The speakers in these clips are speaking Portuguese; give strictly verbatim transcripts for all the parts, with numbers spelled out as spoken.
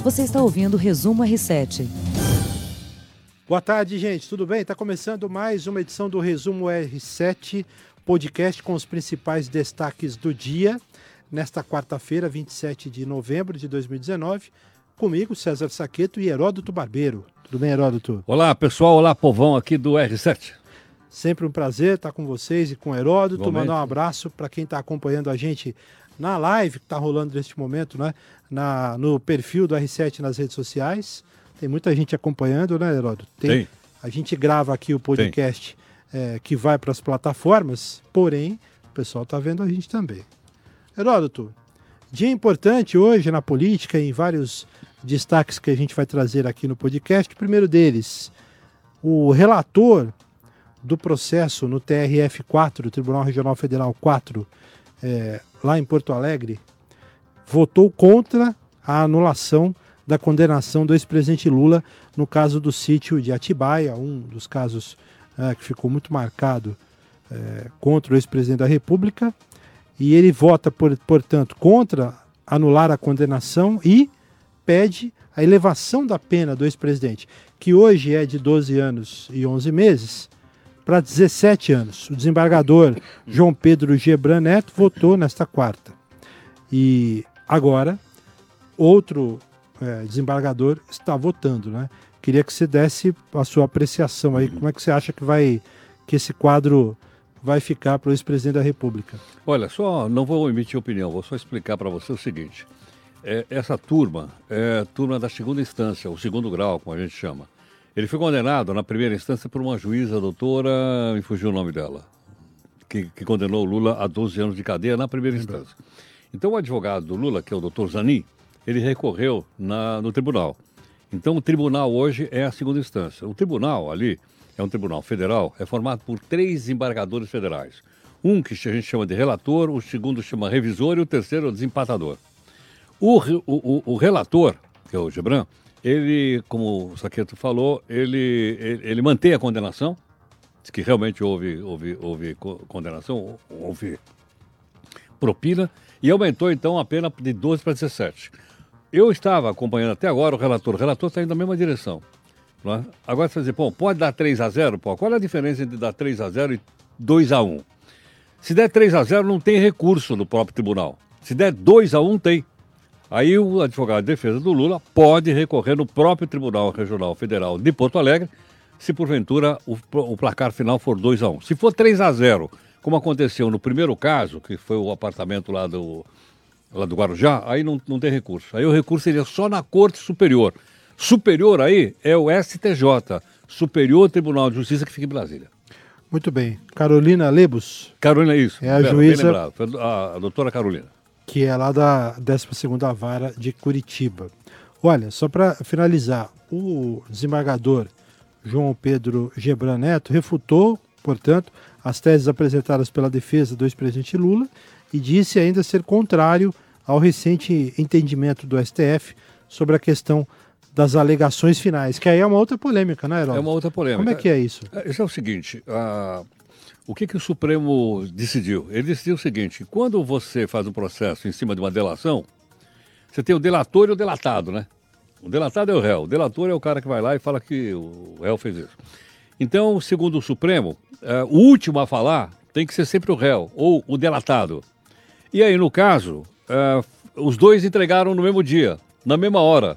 Você está ouvindo o Resumo R sete. Boa tarde, gente. Tudo bem? Está começando mais uma edição do Resumo R sete, podcast com os principais destaques do dia, nesta quarta-feira, vinte e sete de novembro de dois mil e dezenove. Comigo, César Saqueto e Heródoto Barbeiro. Tudo bem, Heródoto? Olá, pessoal. Olá, povão aqui do R sete. Sempre um prazer estar com vocês e com o Heródoto. Igualmente. Mandar um abraço para quem está acompanhando a gente na live que está rolando neste momento, né? Na, no perfil do R sete nas redes sociais. Tem muita gente acompanhando, né, Heródoto? Tem. Tem. A gente grava aqui o podcast é, que vai para as plataformas, porém, o pessoal está vendo a gente também. Heródoto, dia importante hoje na política, em vários destaques que a gente vai trazer aqui no podcast. O primeiro deles, o relator do processo no T R F quatro, Tribunal Regional Federal quatro, é, lá em Porto Alegre, votou contra a anulação da condenação do ex-presidente Lula no caso do sítio de Atibaia, um dos casos é, que ficou muito marcado é, contra o ex-presidente da República, e ele vota, por, portanto, contra anular a condenação e pede a elevação da pena do ex-presidente, que hoje é de doze anos e onze meses, para dezessete anos. O desembargador João Pedro Gebran Neto votou nesta quarta. E agora, outro é, desembargador está votando, né? Queria que você desse a sua apreciação aí. Como é que você acha que, vai, que esse quadro vai ficar para o ex-presidente da República? Olha, só não vou emitir opinião, vou só explicar para você o seguinte. É, essa turma é a turma da segunda instância, o segundo grau, como a gente chama. Ele foi condenado na primeira instância por uma juíza, a doutora, me fugiu o nome dela, que, que condenou o Lula a doze anos de cadeia na primeira instância. Então o advogado do Lula, que é o doutor Zanin, ele recorreu na, no tribunal. Então o tribunal hoje é a segunda instância. O tribunal ali é um tribunal federal, é formado por três desembargadores federais. Um que a gente chama de relator, o segundo chama revisor e o terceiro é o desempatador. O, o, o, o relator, que é o Gebran, ele, como o Saqueto falou, ele, ele, ele mantém a condenação, diz que realmente houve, houve, houve condenação, houve propina, e aumentou então a pena de doze para dezessete. Eu estava acompanhando até agora o relator, o relator está indo na mesma direção. Não é? Agora você vai dizer, pô, pode dar três a zero? Pô, qual é a diferença entre dar três a zero e dois a um? Se der três a zero, não tem recurso no próprio tribunal. Se der dois a um, tem. Aí o advogado de defesa do Lula pode recorrer no próprio Tribunal Regional Federal de Porto Alegre, se porventura o, o placar final for dois a um. Se for três a zero, como aconteceu no primeiro caso, que foi o apartamento lá do, lá do Guarujá, aí não, não tem recurso. Aí o recurso seria só na Corte Superior. Superior aí é o S T J, Superior Tribunal de Justiça, que fica em Brasília. Muito bem. Carolina Lebos. Carolina, isso. É a Bem, juíza... Bem lembrado, foi a, a doutora Carolina. Que é lá da décima segunda Vara de Curitiba. Olha, só para finalizar, o desembargador João Pedro Gebran Neto refutou, portanto, as teses apresentadas pela defesa do ex-presidente Lula e disse ainda ser contrário ao recente entendimento do S T F sobre a questão das alegações finais, que aí é uma outra polêmica, né, Heródoto? É uma outra polêmica. Como é que é isso? Isso é o seguinte, a... o que, que o Supremo decidiu? Ele decidiu o seguinte, quando você faz um processo em cima de uma delação, você tem o delator e o delatado, né? O delatado é o réu, o delator é o cara que vai lá e fala que o réu fez isso. Então, segundo o Supremo, é, o último a falar tem que ser sempre o réu, ou o delatado. E aí, no caso, é, os dois entregaram no mesmo dia, na mesma hora.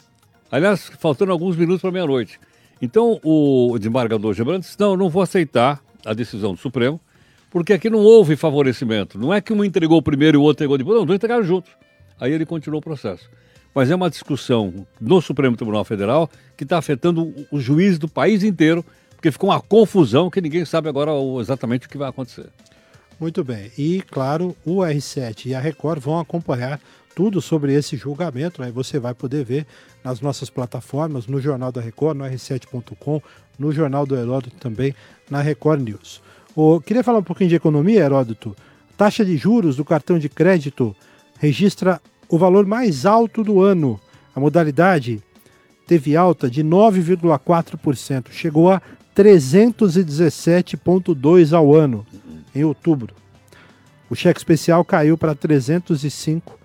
Aliás, faltando alguns minutos para meia-noite. Então, o desembargador Gebran disse, não, não vou aceitar a decisão do Supremo, porque aqui não houve favorecimento. Não é que um entregou primeiro e o outro entregou depois. Não, os dois entregaram juntos. Aí ele continuou o processo. Mas é uma discussão no Supremo Tribunal Federal que está afetando os juízes do país inteiro, porque ficou uma confusão que ninguém sabe agora exatamente o que vai acontecer. Muito bem. E, claro, o R sete e a Record vão acompanhar tudo sobre esse julgamento, né? Você vai poder ver nas nossas plataformas, no Jornal da Record, no R sete ponto com, no Jornal do Heródoto também, na Record News. O, queria falar um pouquinho de economia, Heródoto. Taxa de juros do cartão de crédito registra o valor mais alto do ano. A modalidade teve alta de nove vírgula quatro por cento, chegou a trezentos e dezessete vírgula dois por cento ao ano, em outubro. O cheque especial caiu para trezentos e cinco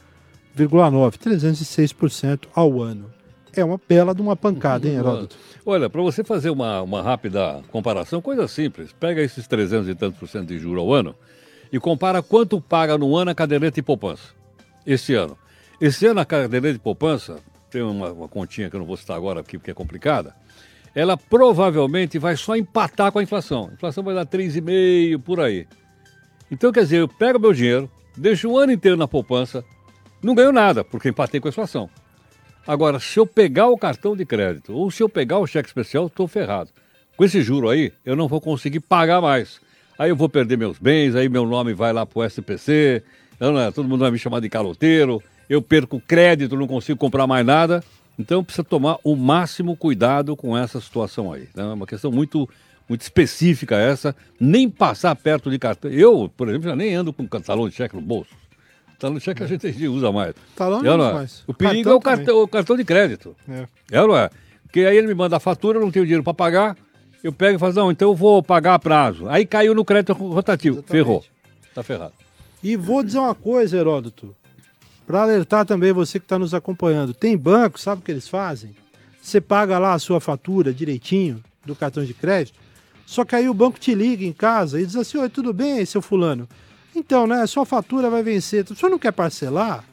vírgula nove, trezentos e seis por cento ao ano. É uma bela de uma pancada, hein, Heródoto? Olha, para você fazer uma, uma rápida comparação, coisa simples, pega esses trezentos e tantos por cento de juros ao ano e compara quanto paga no ano a caderneta de poupança, esse ano. Esse ano a caderneta de poupança, tem uma, uma continha que eu não vou citar agora aqui porque é complicada, ela provavelmente vai só empatar com a inflação. A inflação vai dar três vírgula cinco por aí. Então, quer dizer, eu pego meu dinheiro, deixo um ano inteiro na poupança, não ganho nada, porque empatei com a inflação. Agora, se eu pegar o cartão de crédito ou se eu pegar o cheque especial, estou ferrado. Com esse juro aí, eu não vou conseguir pagar mais. Aí eu vou perder meus bens, aí meu nome vai lá para o S P C, eu, né, todo mundo vai me chamar de caloteiro, eu perco crédito, não consigo comprar mais nada. Então precisa tomar o máximo cuidado com essa situação aí. É uma questão muito, muito específica essa, nem passar perto de cartão. Eu, por exemplo, já nem ando com talão de cheque no bolso. Talão de cheque a gente usa mais. Talão não é mais. O perigo é o cartão, o cartão de crédito. É. É, não é? Porque aí ele me manda a fatura, eu não tenho dinheiro para pagar, eu pego e falo, não, então eu vou pagar a prazo. Aí caiu no crédito rotativo, exatamente. Ferrou. Tá ferrado. E vou dizer uma coisa, Heródoto, para alertar também você que está nos acompanhando. Tem banco, sabe o que eles fazem? Você paga lá a sua fatura direitinho do cartão de crédito, só que aí o banco te liga em casa e diz assim, oi, tudo bem, seu fulano? Então, né, sua fatura vai vencer. O senhor não quer parcelar?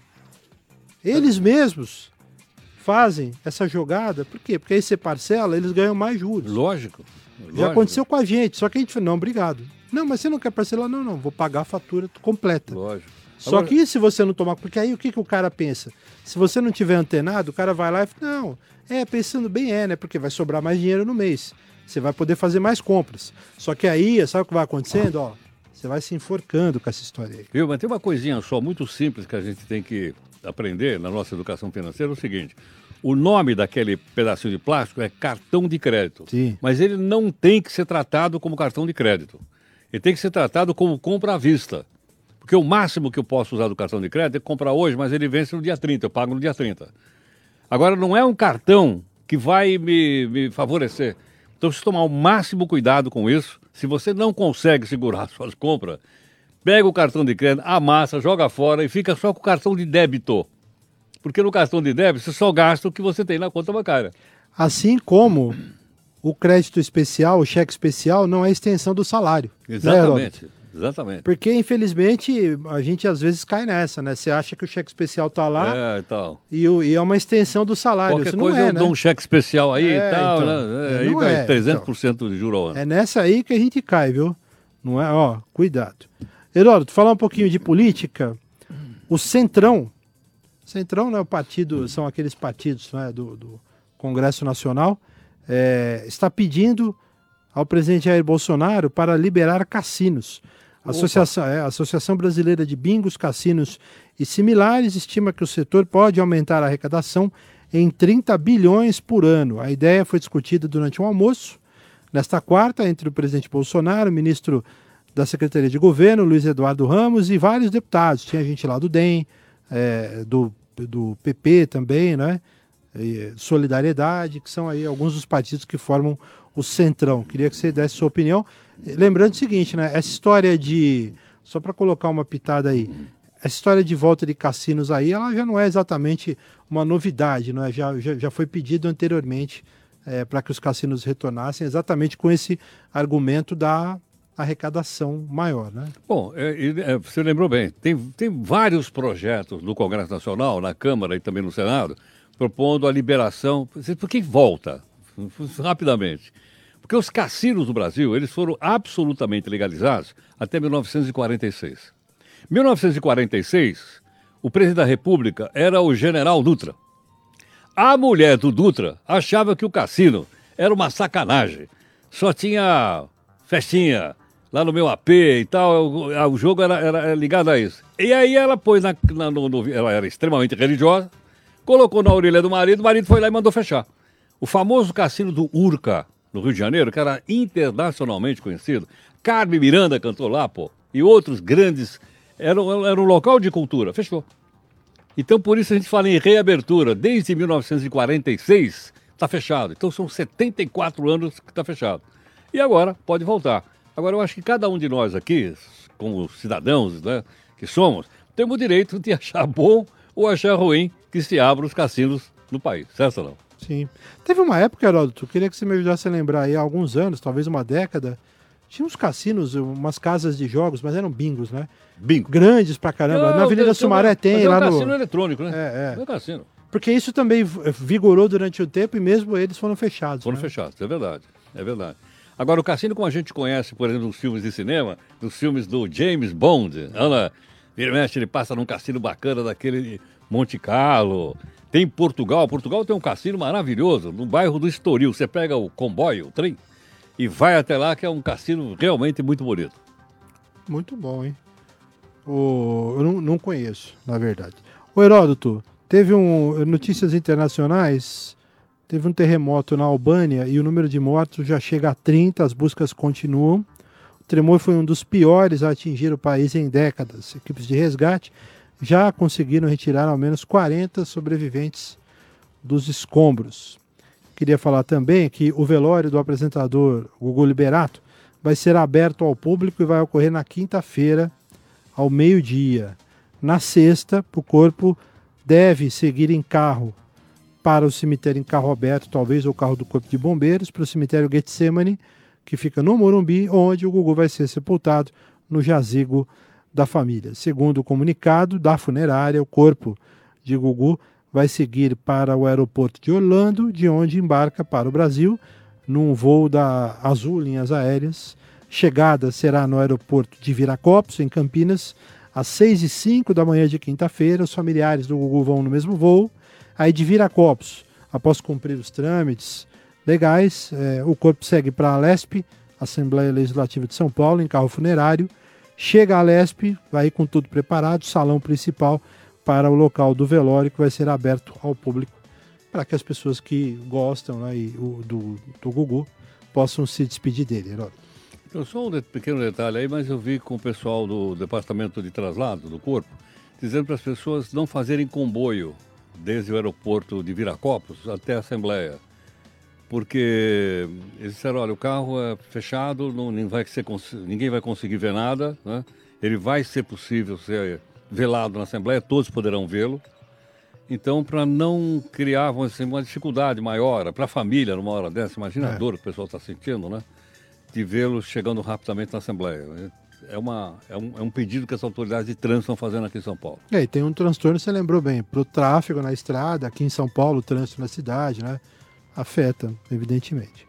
Eles mesmos fazem essa jogada. Por quê? Porque aí você parcela, eles ganham mais juros. Lógico. Lógico. Já aconteceu com a gente, só que a gente falou, não, obrigado. Não, mas você não quer parcelar? Não, não, vou pagar a fatura completa. Lógico. Só Agora... que se você não tomar... Porque aí o que, que o cara pensa? Se você não tiver antenado, o cara vai lá e fala, não, é, pensando bem é, né? Porque vai sobrar mais dinheiro no mês. Você vai poder fazer mais compras. Só que aí, sabe o que vai acontecendo? Ó, você vai se enforcando com essa história aí. Viu, mas tem uma coisinha só muito simples que a gente tem que aprender na nossa educação financeira, é o seguinte... O nome daquele pedacinho de plástico é cartão de crédito. Sim. Mas ele não tem que ser tratado como cartão de crédito. Ele tem que ser tratado como compra à vista. Porque o máximo que eu posso usar do cartão de crédito é comprar hoje, mas ele vence no dia trinta, eu pago no dia trinta. Agora, não é um cartão que vai me, me favorecer. Então, preciso tomar o máximo cuidado com isso. Se você não consegue segurar suas compras, pega o cartão de crédito, amassa, joga fora e fica só com o cartão de débito. Porque no cartão de débito você só gasta o que você tem na conta bancária. Assim como o crédito especial, o cheque especial, não é extensão do salário. Exatamente, né, exatamente. Porque, infelizmente, a gente às vezes cai nessa, né? Você acha que o cheque especial está lá é, então. e, o, e é uma extensão do salário. Qualquer Isso coisa não é, eu né? dou um cheque especial aí é, e tal, então, né? é, Aí vai é, trezentos por cento então. de juros ao ano. É nessa aí que a gente cai, viu? Não é? Ó, cuidado. Heródoto, falar um pouquinho de política. O Centrão, Centrão, né, o partido, são aqueles partidos, né, do, do Congresso Nacional, é, está pedindo ao presidente Jair Bolsonaro para liberar cassinos. A Associação, é, a Associação Brasileira de Bingos, Cassinos e Similares estima que o setor pode aumentar a arrecadação em trinta bilhões por ano. A ideia foi discutida durante um almoço, nesta quarta, entre o presidente Bolsonaro, o ministro da Secretaria de Governo, Luiz Eduardo Ramos, e vários deputados. Tinha gente lá do D E M, é, do do P P também, né? E Solidariedade, que são aí alguns dos partidos que formam o Centrão. Queria que você desse sua opinião. Lembrando o seguinte, né? Essa história de... Só para colocar uma pitada aí. Essa história de volta de cassinos aí, ela já não é exatamente uma novidade, não é? Já, já, já foi pedido anteriormente é, para que os cassinos retornassem, exatamente com esse argumento da arrecadação maior, né? Bom, é, é, você lembrou bem, tem, tem vários projetos no Congresso Nacional, na Câmara e também no Senado, propondo a liberação. Por que volta? Rapidamente. Porque os cassinos do Brasil, eles foram absolutamente legalizados até mil novecentos e quarenta e seis. Em mil novecentos e quarenta e seis, o presidente da República era o general Dutra. A mulher do Dutra achava que o cassino era uma sacanagem. Só tinha festinha lá no meu A P e tal, o, o jogo era, era ligado a isso. E aí ela pôs, na, na, no, no, ela era extremamente religiosa, colocou na orelha do marido, o marido foi lá e mandou fechar. O famoso cassino do Urca, no Rio de Janeiro, que era internacionalmente conhecido, Carmen Miranda cantou lá, pô, e outros grandes, era, era um local de cultura, fechou. Então por isso a gente fala em reabertura, desde mil novecentos e quarenta e seis está fechado, então são setenta e quatro anos que está fechado. E agora pode voltar. Agora, eu acho que cada um de nós aqui, como cidadãos, né, que somos, temos o direito de achar bom ou achar ruim que se abram os cassinos no país, certo ou não? Sim. Teve uma época, Heródoto, eu queria que você me ajudasse a lembrar aí, há alguns anos, talvez uma década, tinha uns cassinos, umas casas de jogos, mas eram bingos, né? Bingo. Grandes pra caramba. Não, Na Avenida eu, Sumaré eu, tem mas é um lá cassino no... eletrônico, né? É, é. É um cassino. Porque isso também vigorou durante o tempo e mesmo eles foram fechados. Foram né? fechados, é verdade, é verdade. Agora, o cassino, como a gente conhece, por exemplo, nos filmes de cinema, nos filmes do James Bond, olha, vira e mexe, ele passa num cassino bacana daquele de Monte Carlo. Tem Portugal, Portugal tem um cassino maravilhoso, no bairro do Estoril. Você pega o comboio, o trem, e vai até lá, que é um cassino realmente muito bonito. Muito bom, hein? O... Eu não, não conheço, na verdade. O Heródoto, teve um... Notícias internacionais, teve um terremoto na Albânia e o número de mortos já chega a trinta, as buscas continuam. O tremor foi um dos piores a atingir o país em décadas. Equipes de resgate já conseguiram retirar ao menos quarenta sobreviventes dos escombros. Queria falar também que o velório do apresentador Gugu Liberato vai ser aberto ao público e vai ocorrer na quinta-feira, ao meio-dia. Na sexta, o corpo deve seguir em carro para o cemitério em carro aberto, talvez ou carro do Corpo de Bombeiros, para o cemitério Getsemane, que fica no Morumbi, onde o Gugu vai ser sepultado no jazigo da família. Segundo o comunicado da funerária, o corpo de Gugu vai seguir para o aeroporto de Orlando, de onde embarca para o Brasil, num voo da Azul Linhas Aéreas. Chegada será no aeroporto de Viracopos, em Campinas, às seis e cinco da manhã de quinta-feira. Os familiares do Gugu vão no mesmo voo. Aí de Viracopos, após cumprir os trâmites legais, eh, o corpo segue para a Alesp, Assembleia Legislativa de São Paulo, em carro funerário. Chega a Alesp, vai com tudo preparado, salão principal para o local do velório, que vai ser aberto ao público, para que as pessoas que gostam, né, e, o, do, do Gugu possam se despedir dele. Heródoto. Então, só um de- pequeno detalhe aí, mas eu vi com o pessoal do Departamento de Traslado do Corpo, dizendo para as pessoas não fazerem comboio desde o aeroporto de Viracopos até a Assembleia. Porque eles disseram, olha, o carro é fechado, não, nem vai ser, ninguém vai conseguir ver nada, né? Ele vai ser possível ser velado na Assembleia, todos poderão vê-lo. Então, para não criar vamos dizer, uma dificuldade maior para a família numa hora dessa, imagina É. a dor que o pessoal está sentindo, né? De vê-lo chegando rapidamente na Assembleia. É, uma, é, um, é um pedido que as autoridades de trânsito estão fazendo aqui em São Paulo. E aí tem um transtorno, você lembrou bem, para o tráfego na estrada, aqui em São Paulo, o trânsito na cidade, né? Afeta, evidentemente.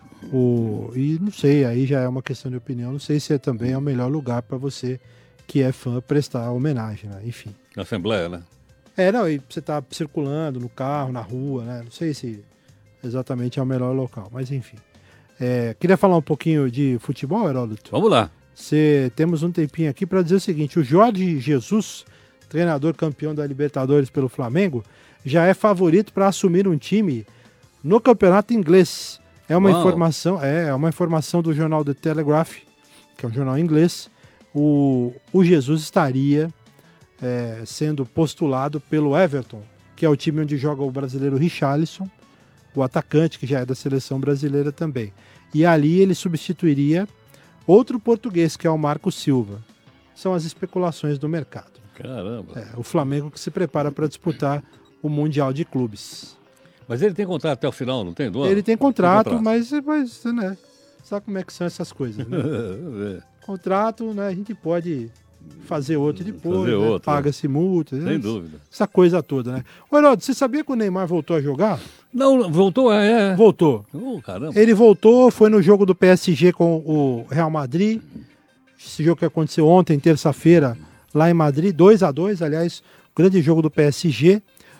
O, e não sei, aí já é uma questão de opinião, não sei se é também é o melhor lugar para você que é fã prestar homenagem, né? Enfim. Na Assembleia, né? É, não, e você tá circulando no carro, na rua, né? Não sei se exatamente é o melhor local, mas enfim. É, queria falar um pouquinho de futebol, Heródoto. Vamos lá. Cê, temos um tempinho aqui para dizer o seguinte, o Jorge Jesus, treinador campeão da Libertadores pelo Flamengo, já é favorito para assumir um time no campeonato inglês. É uma Uau. informação, é, é uma informação do jornal The Telegraph, que é um jornal inglês. O, o Jesus estaria é, sendo postulado pelo Everton, que é o time onde joga o brasileiro Richarlison, o atacante, que já é da seleção brasileira também. E ali ele substituiria outro português, que é o Marco Silva. São as especulações do mercado. Caramba. É, o Flamengo que se prepara para disputar o Mundial de Clubes. Mas ele tem contrato até o final, não tem? Do ano? Ele tem contrato, Tem Mas, mas, né, sabe como é que são essas coisas, né? Contrato, né, a gente pode fazer outro depois, Fazer né? outro, Paga-se multa, Sem né? dúvida. Essa coisa toda, né? Ô, Heródoto, você sabia que o Neymar voltou a jogar? Não, voltou, é. é. Voltou. Oh, caramba. Ele voltou, foi no jogo do P S G com o Real Madrid. Esse jogo que aconteceu ontem, terça-feira, lá em Madrid, dois a dois, aliás, grande jogo do P S G.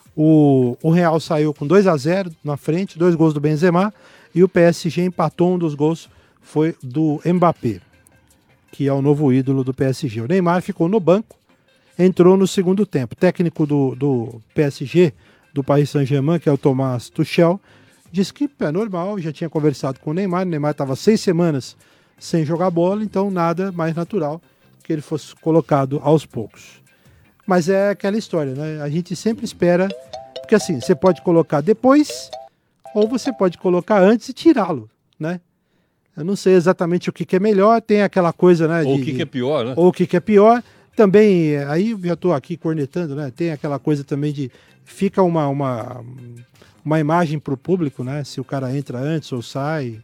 O, o Real saiu com dois a zero na frente, dois gols do Benzema, e o P S G empatou, um dos gols foi do Mbappé, que é o novo ídolo do P S G. O Neymar ficou no banco, entrou no segundo tempo. O técnico do, do P S G, do Paris Saint-Germain, que é o Thomas Tuchel, disse que é normal, já tinha conversado com o Neymar, o Neymar estava seis semanas sem jogar bola, então nada mais natural que ele fosse colocado aos poucos. Mas é aquela história, né? A gente sempre espera, porque assim, você pode colocar depois, ou você pode colocar antes e tirá-lo, né? Eu não sei exatamente o que, que é melhor, tem aquela coisa, né? Ou o de- que, que é pior, né? Ou o que, que é pior, também, aí já estou aqui cornetando, né? Tem aquela coisa também de, fica uma, uma, uma imagem para o público, né? Se o cara entra antes ou sai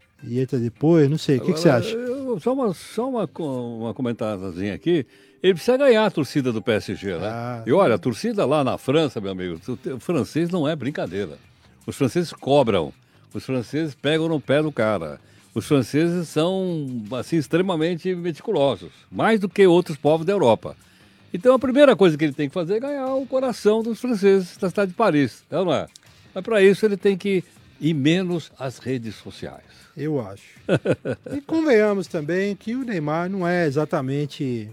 e entra depois, não sei, o que, que você acha? Eu, só uma, só uma, uma comentadazinha aqui, ele precisa ganhar a torcida do P S G, né? Ah, e olha, a torcida lá na França, meu amigo, o francês não é brincadeira. Os franceses cobram, os franceses pegam no pé do cara. Os franceses são, assim, extremamente meticulosos, mais do que outros povos da Europa. Então a primeira coisa que ele tem que fazer é ganhar o coração dos franceses da cidade de Paris, é ou não é? Mas para isso ele tem que ir menos às redes sociais. Eu acho. E convenhamos também que o Neymar não é exatamente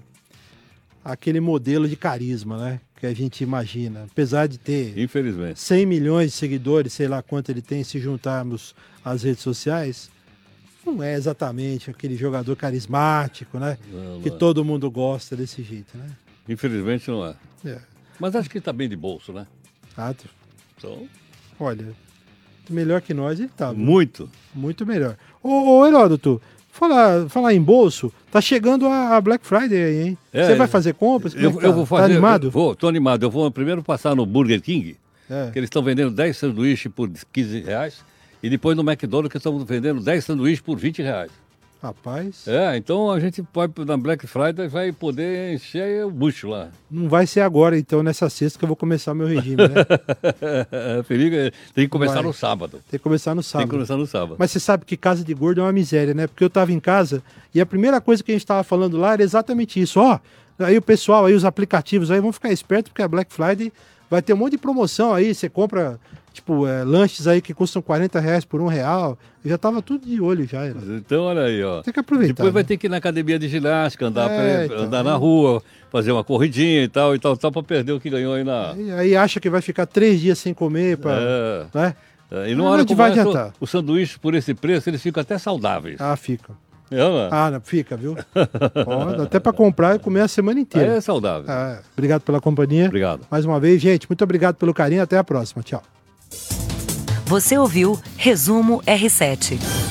aquele modelo de carisma, né? Que a gente imagina. Apesar de ter infelizmente cem milhões de seguidores, sei lá quanto ele tem, se juntarmos às redes sociais, não é exatamente aquele jogador carismático, né? Não, que não é. Todo mundo gosta desse jeito, né? Infelizmente não é. é. Mas acho que ele está bem de bolso, né? Ah, então... Olha, melhor que nós ele tá. Muito. Muito melhor. Ô, ô Heródoto, falar, falar em bolso, tá chegando a, a Black Friday aí, hein? É, Você vai fazer compras? Eu, é tá? eu vou fazer. Tá animado? Eu vou, tô animado. Eu vou primeiro passar no Burger King, é. que eles estão vendendo dez sanduíches por quinze reais. E depois no McDonald's, que estamos vendendo dez sanduíches por vinte reais. Rapaz. É, então a gente pode, na Black Friday, vai poder encher o bucho lá. Não vai ser agora, então, nessa sexta que eu vou começar meu regime, né? Perigo, tem que começar vai. no sábado. Tem que começar no sábado. Tem que começar no sábado. Mas você sabe que casa de gordo é uma miséria, né? Porque eu tava em casa e a primeira coisa que a gente tava falando lá era exatamente isso. Ó, aí o pessoal, aí os aplicativos aí vão ficar espertos porque a Black Friday vai ter um monte de promoção aí. Você compra... Tipo, é, lanches aí que custam quarenta reais por um real. Eu já tava tudo de olho já. Era. Então, olha aí, ó. Tem que aproveitar. Depois né? vai ter que ir na academia de ginástica, andar, é, pra, então, andar é. na rua, fazer uma corridinha e tal, e tal, tal, pra perder o que ganhou aí na... E aí acha que vai ficar três dias sem comer, pra, é. né? É. E numa hora que vai adiantar. O sanduíche, por esse preço, eles ficam até saudáveis. Ah, ficam. É, não? Ah, não, fica, viu? Ó, até para comprar e comer a semana inteira. É saudável. Ah, obrigado pela companhia. Obrigado. Mais uma vez, gente, muito obrigado pelo carinho. Até a próxima. Tchau. Você ouviu Resumo R sete.